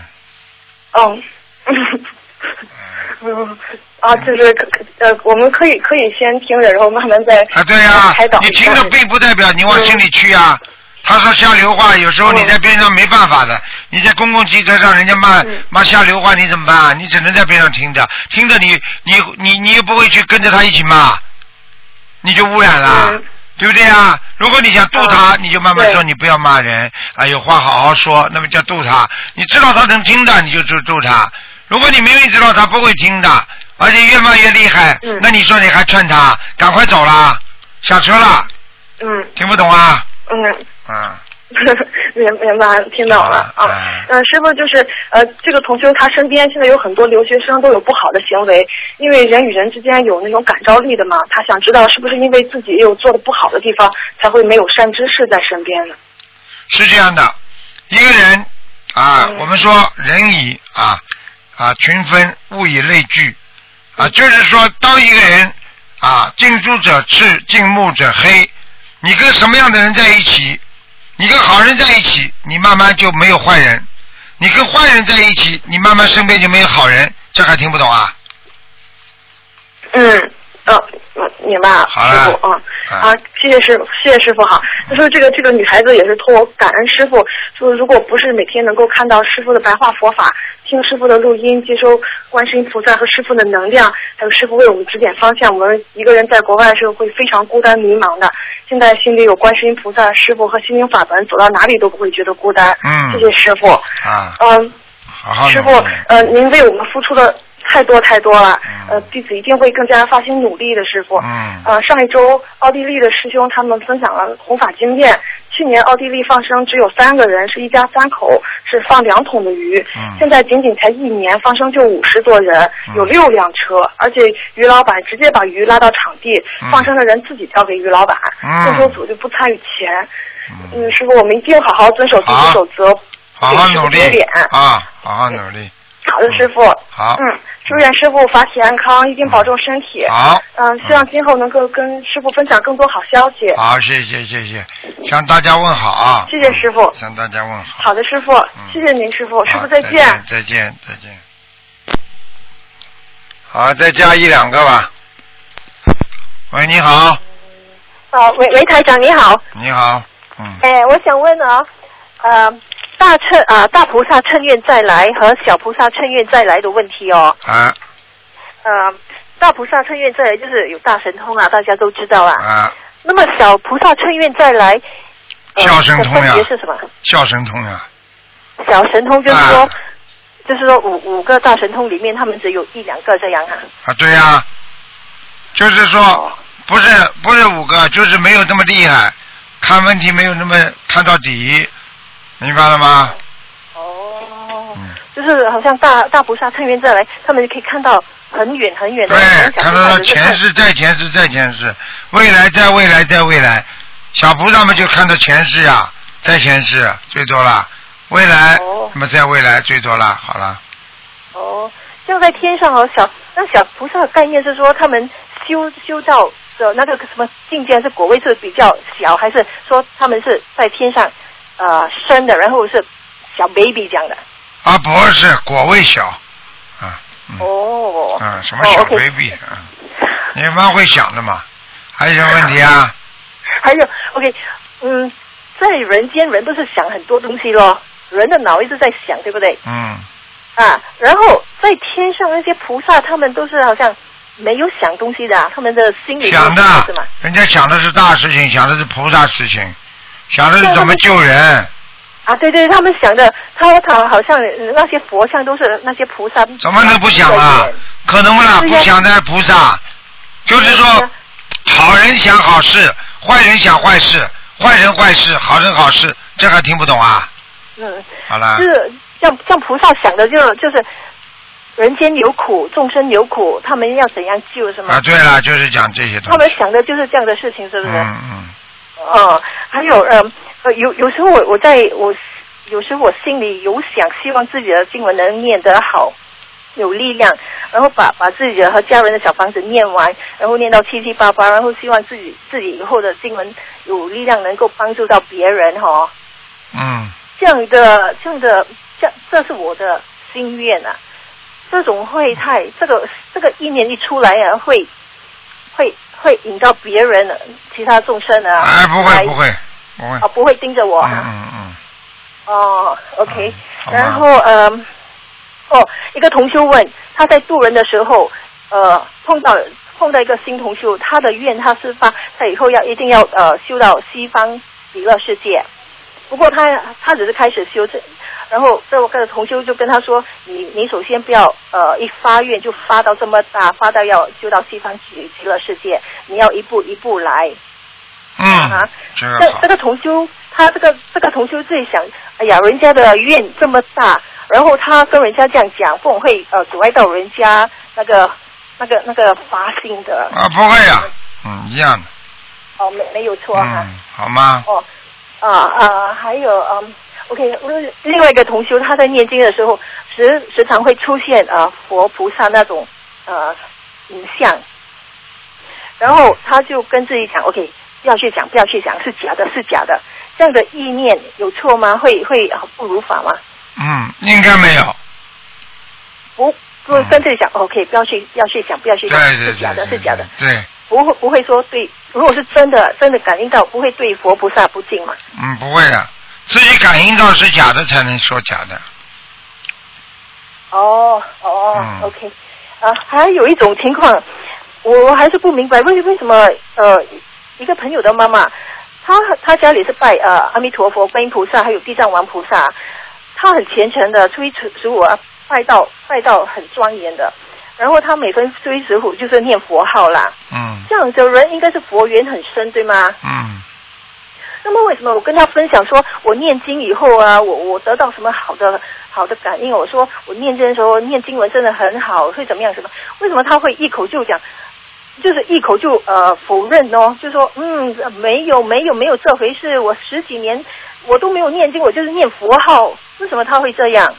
就是我们可以先听着，然后慢慢再对呀，你听着并不代表你往心里去啊。他说下流话，有时候你在边上没办法的。你在公共汽车上，人家骂下流话，你怎么办啊？你只能在边上听着，你又不会去跟着他一起骂，你就污染了，对不对啊？如果你想渡他，你就慢慢说，你不要骂人啊，有话好好说，那么叫渡他。你知道他能听的，你就渡他。如果你明明知道他不会听的，而且越骂越厉害，那你说你还劝他赶快走了，下车了？听不懂啊？ 明白，听到了师傅就是这个同修他身边现在有很多留学生都有不好的行为，因为人与人之间有那种感召力的嘛，他想知道是不是因为自己也有做的不好的地方，才会没有善知识在身边呢？ 是这样的，一个人我们说人以群分，物以类聚就是说当一个人近朱者赤，近墨者黑，你跟什么样的人在一起，你跟好人在一起，你慢慢就没有坏人；你跟坏人在一起，你慢慢身边就没有好人。这还听不懂啊？ 明白了，师傅谢谢师傅好。他说这个女孩子也是托我感恩师傅，说如果不是每天能够看到师傅的白话佛法，听师傅的录音，接收观世音菩萨和师傅的能量，还有师傅为我们指点方向，我们一个人在国外是会非常孤单迷茫的。现在心里有观世音菩萨、师傅和心灵法门，走到哪里都不会觉得孤单。谢谢师傅。师傅，您为我们付出的太多了，弟子一定会更加发心努力的，师傅。上一周奥地利的师兄他们分享了弘法经验，去年奥地利放生只有3个人，是一家3口，是放2桶的鱼。现在仅仅才1年，放生就50多人，有6辆车，而且于老板直接把鱼拉到场地，放生的人自己交给于老板，众修组就不参与钱。师傅，我们一定好好遵守自己守则， 好好努力好好努力。 好的，师傅。 好。 祝愿师傅法体安康，一定保重身体。 好。 希望今后能够跟师傅分享更多好消息。 好，谢谢，向大家问好啊。 谢谢师傅。 向大家问好。 好的，师傅，谢谢您，师傅，师傅再见。 再见。好，再加1、2个吧。喂，你好。 喂，台长你好。 你好。 我想问大菩萨趁愿再来和小菩萨趁愿再来的问题哦。大菩萨趁愿再来就是有大神通啊，大家都知道啊。那么小菩萨趁愿再来， 小神通呀。 分别是什么？ 小神通呀。 小神通就是说，五个大神通里面，他们只有1、2个这样啊。 对呀，就是说不是5个，就是没有这么厉害，看问题没有那么看到底。明白了吗？ 就是好像大菩萨趁愿再来，他们可以看到很远的。 对，看到前世再前世再前世，未来再未来再未来。小菩萨们就看到前世呀，再前世最多了，未来那么再未来最多了，好了。 像在天上那小菩萨的概念是说他们修到的那个什么境界是果位是比较小，还是说他们是在天上？生的，然后是小 baby 这样的。 不是果位小。什么小 baby？你蛮会想的嘛。还有什么问题啊？ 还有 OK， 在人间人都是想很多东西咯，人的脑一直在想，对不对？然后在天上那些菩萨，他们都是好像没有想东西的，他们的心里想的，人家想的是大事情，想的是菩萨事情。想的是怎么救人对，他们想的，他好像那些佛像都是那些菩萨。 怎么能不想啊？可能不啦，不想的菩萨，就是说，好人想好事，坏人想坏事，坏人坏事，好人好事，这还听不懂啊？好了。 是像菩萨想的就是人间有苦，众生有苦，他们要怎样救是吗？ 对了，就是讲这些东西。 他们想的就是这样的事情，是不是？还有有时候我有时候我心里有想，希望自己的经文能念得好，有力量，然后把自己的和家人的小房子念完，然后念到778，然后希望自己以后的经文有力量，能够帮助到别人这样的，这是我的心愿啊。这种这个意念一出来啊，会引到别人其他众生啊。 不会。 不会盯着我。OK。然后一个同修问，他在渡人的时候，碰到一个新同修，他的愿他是发，他以后一定要修到西方极乐世界。不过他只是开始修然后这个同修就跟他说，你首先不要一发愿就发到这么大，发到要修到西方极乐世界，你要一步一步来。这个同修，他这个同修自己想，哎呀，人家的愿这么大，然后他跟人家这样讲，不会阻碍到人家那个发心的。 不会呀，一样的。 没有错好吗？ 还有OK， 另外一个同修他在念经的时候，时常会出现佛菩萨那种影像，然后他就跟自己讲 OK， 不要去讲，是假的，这样的意念有错吗？会不如法吗？ 应该没有。 不说跟自己讲 OK， 不要去想，不要去想，是假的，是假的。 对。 不会说对，如果是真的感应到，不会对佛菩萨不敬嘛？ 不会的，自己感应到是假的才能说假的。 OK， 还有一种情况，我还是不明白为什么一个朋友的妈妈，她家里是拜阿弥陀佛、观音菩萨还有地藏王菩萨，她很虔诚的，初一十五拜到很庄严的。然后他每分初一十五就是念佛号啦，这样的人应该是佛缘很深，对吗？那么为什么我跟他分享说我念经以后啊，我得到什么好的感应？我说我念经的时候念经文真的很好，会怎么样什么？为什么他会一口就讲，就是一口就否认哦，就说没有这回事，我10几年我都没有念经，我就是念佛号，为什么他会这样？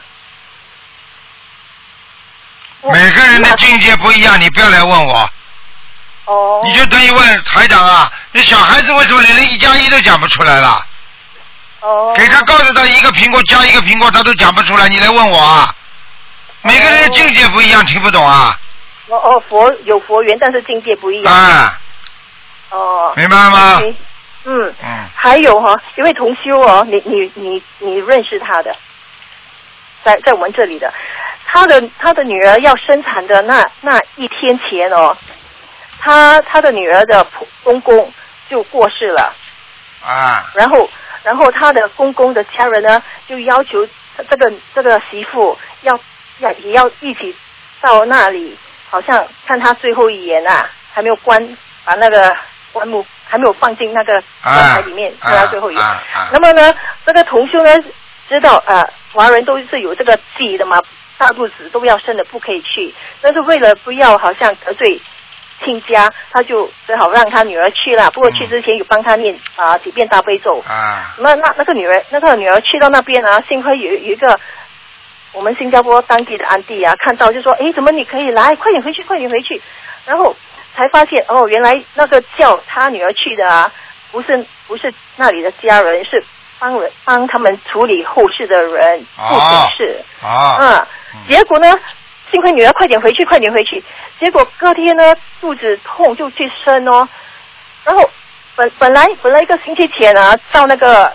每个人的境界不一样，你不要来问我。你就等于问台长啊，那小孩子为什么连1加1都讲不出来了？给他告诉他一个苹果加一个苹果，他都讲不出来，你来问我啊？每个人的境界不一样，听不懂啊？ 佛有佛缘，但是境界不一样。 明白吗？ 还有一位同修你认识他的，在我们这里的。他的女儿要生产的那一天前他的女儿的公公就过世了然后他的公公的家人呢就要求这个媳妇也要一起到那里，好像看他最后一眼还没有把那个棺木还没有放进那个棺材里面，看他最后一眼。那么呢，这个同修呢知道华人都是有这个忌的嘛。大肚子都要生的不可以去，但是为了不要好像得罪亲家，他就只好让他女儿去了。不过去之前有帮他念几遍大悲咒。那个女儿去到那边幸亏有一个我们新加坡当地的安迪看到就说，怎么你可以来，快点回去。然后才发现原来那个叫他女儿去的不是那里的家人，是帮他们处理后事的人，不省事。结果呢，幸亏女儿快点回去。结果隔天呢，肚子痛就去生然后本来一个星期前照那个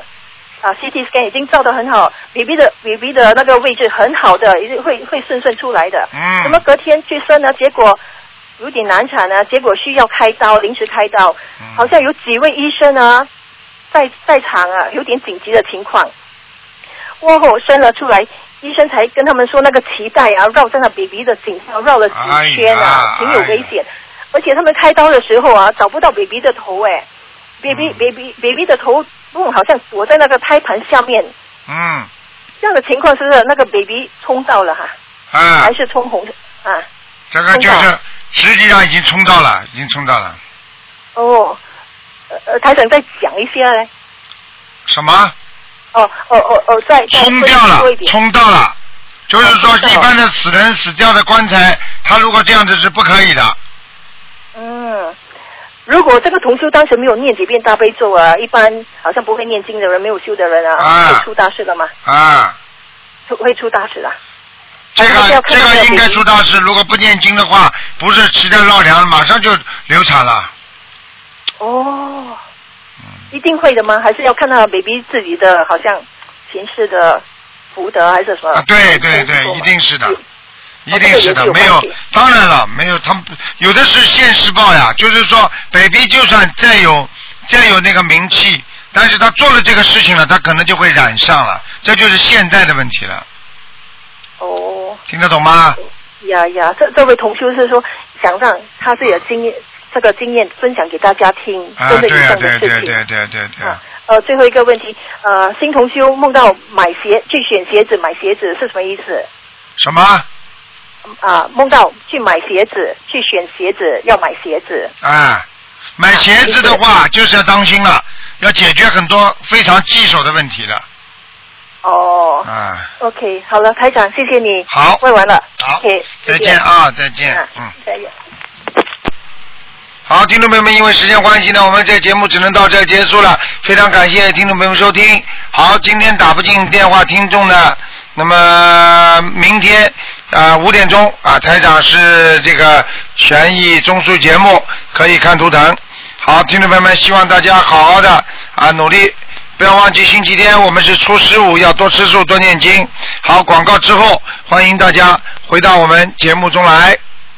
CT scan 已经照得很好 ，baby 的那个位置很好的，一定会顺出来的。那么隔天去生呢，结果有点难产结果需要开刀，临时开刀，好像有几位医生在场有点紧急的情况。过后生了出来。医生才跟他们说，那个脐带绕在那 baby 的颈上绕了几圈挺有危险。而且他们开刀的时候找不到 baby 的头baby 的头好像躲在那个胎盘下面。这样的情况是不是那个 baby 冲到了还是冲红这个就是实际上已经冲到了。 台长再讲一下嘞。 什么？ 再冲掉了，冲到了，就是说一般的死人死掉的棺材，他如果这样子是不可以的。 如果这个同修当时没有念几遍大悲咒一般好像不会念经的人，没有修的人会出大事的吗？会出大事的。 这个应该出大事，如果不念经的话，不是吃掉老凉，马上就流产了。 一定会的吗？还是要看到 baby 自己的好像前世的福德还是什么？ 对，一定是的，没有，当然了，没有，他们有的是现世报呀，就是说 baby 就算再有那个名气，但是他做了这个事情了，他可能就会染上了，这就是现在的问题了。听得懂吗？ 这位同修是说想让他自己的这个经验分享给大家听，针对以上的事情。对。最后一个问题，新同修梦到去选鞋子买鞋子是什么意思？ 什么？ 梦到去买鞋子，去选鞋子，要买鞋子。 买鞋子的话就是要当心了，要解决很多非常棘手的问题的。 OK， 好了，台长，谢谢你。 好， 问完了。 好， OK， 再见再见。 再见。 好，听众朋友们，因为时间关系呢，我们这节目只能到这结束了。非常感谢听众朋友们收听。好，今天打不进电话听众呢，那么明天 5点钟啊，台长是这个悬疑综述节目，可以看图腾。好，听众朋友们，希望大家好好的啊努力，不要忘记星期天我们是初15，要多吃素多念经。好，广告之后，欢迎大家回到我们节目中来。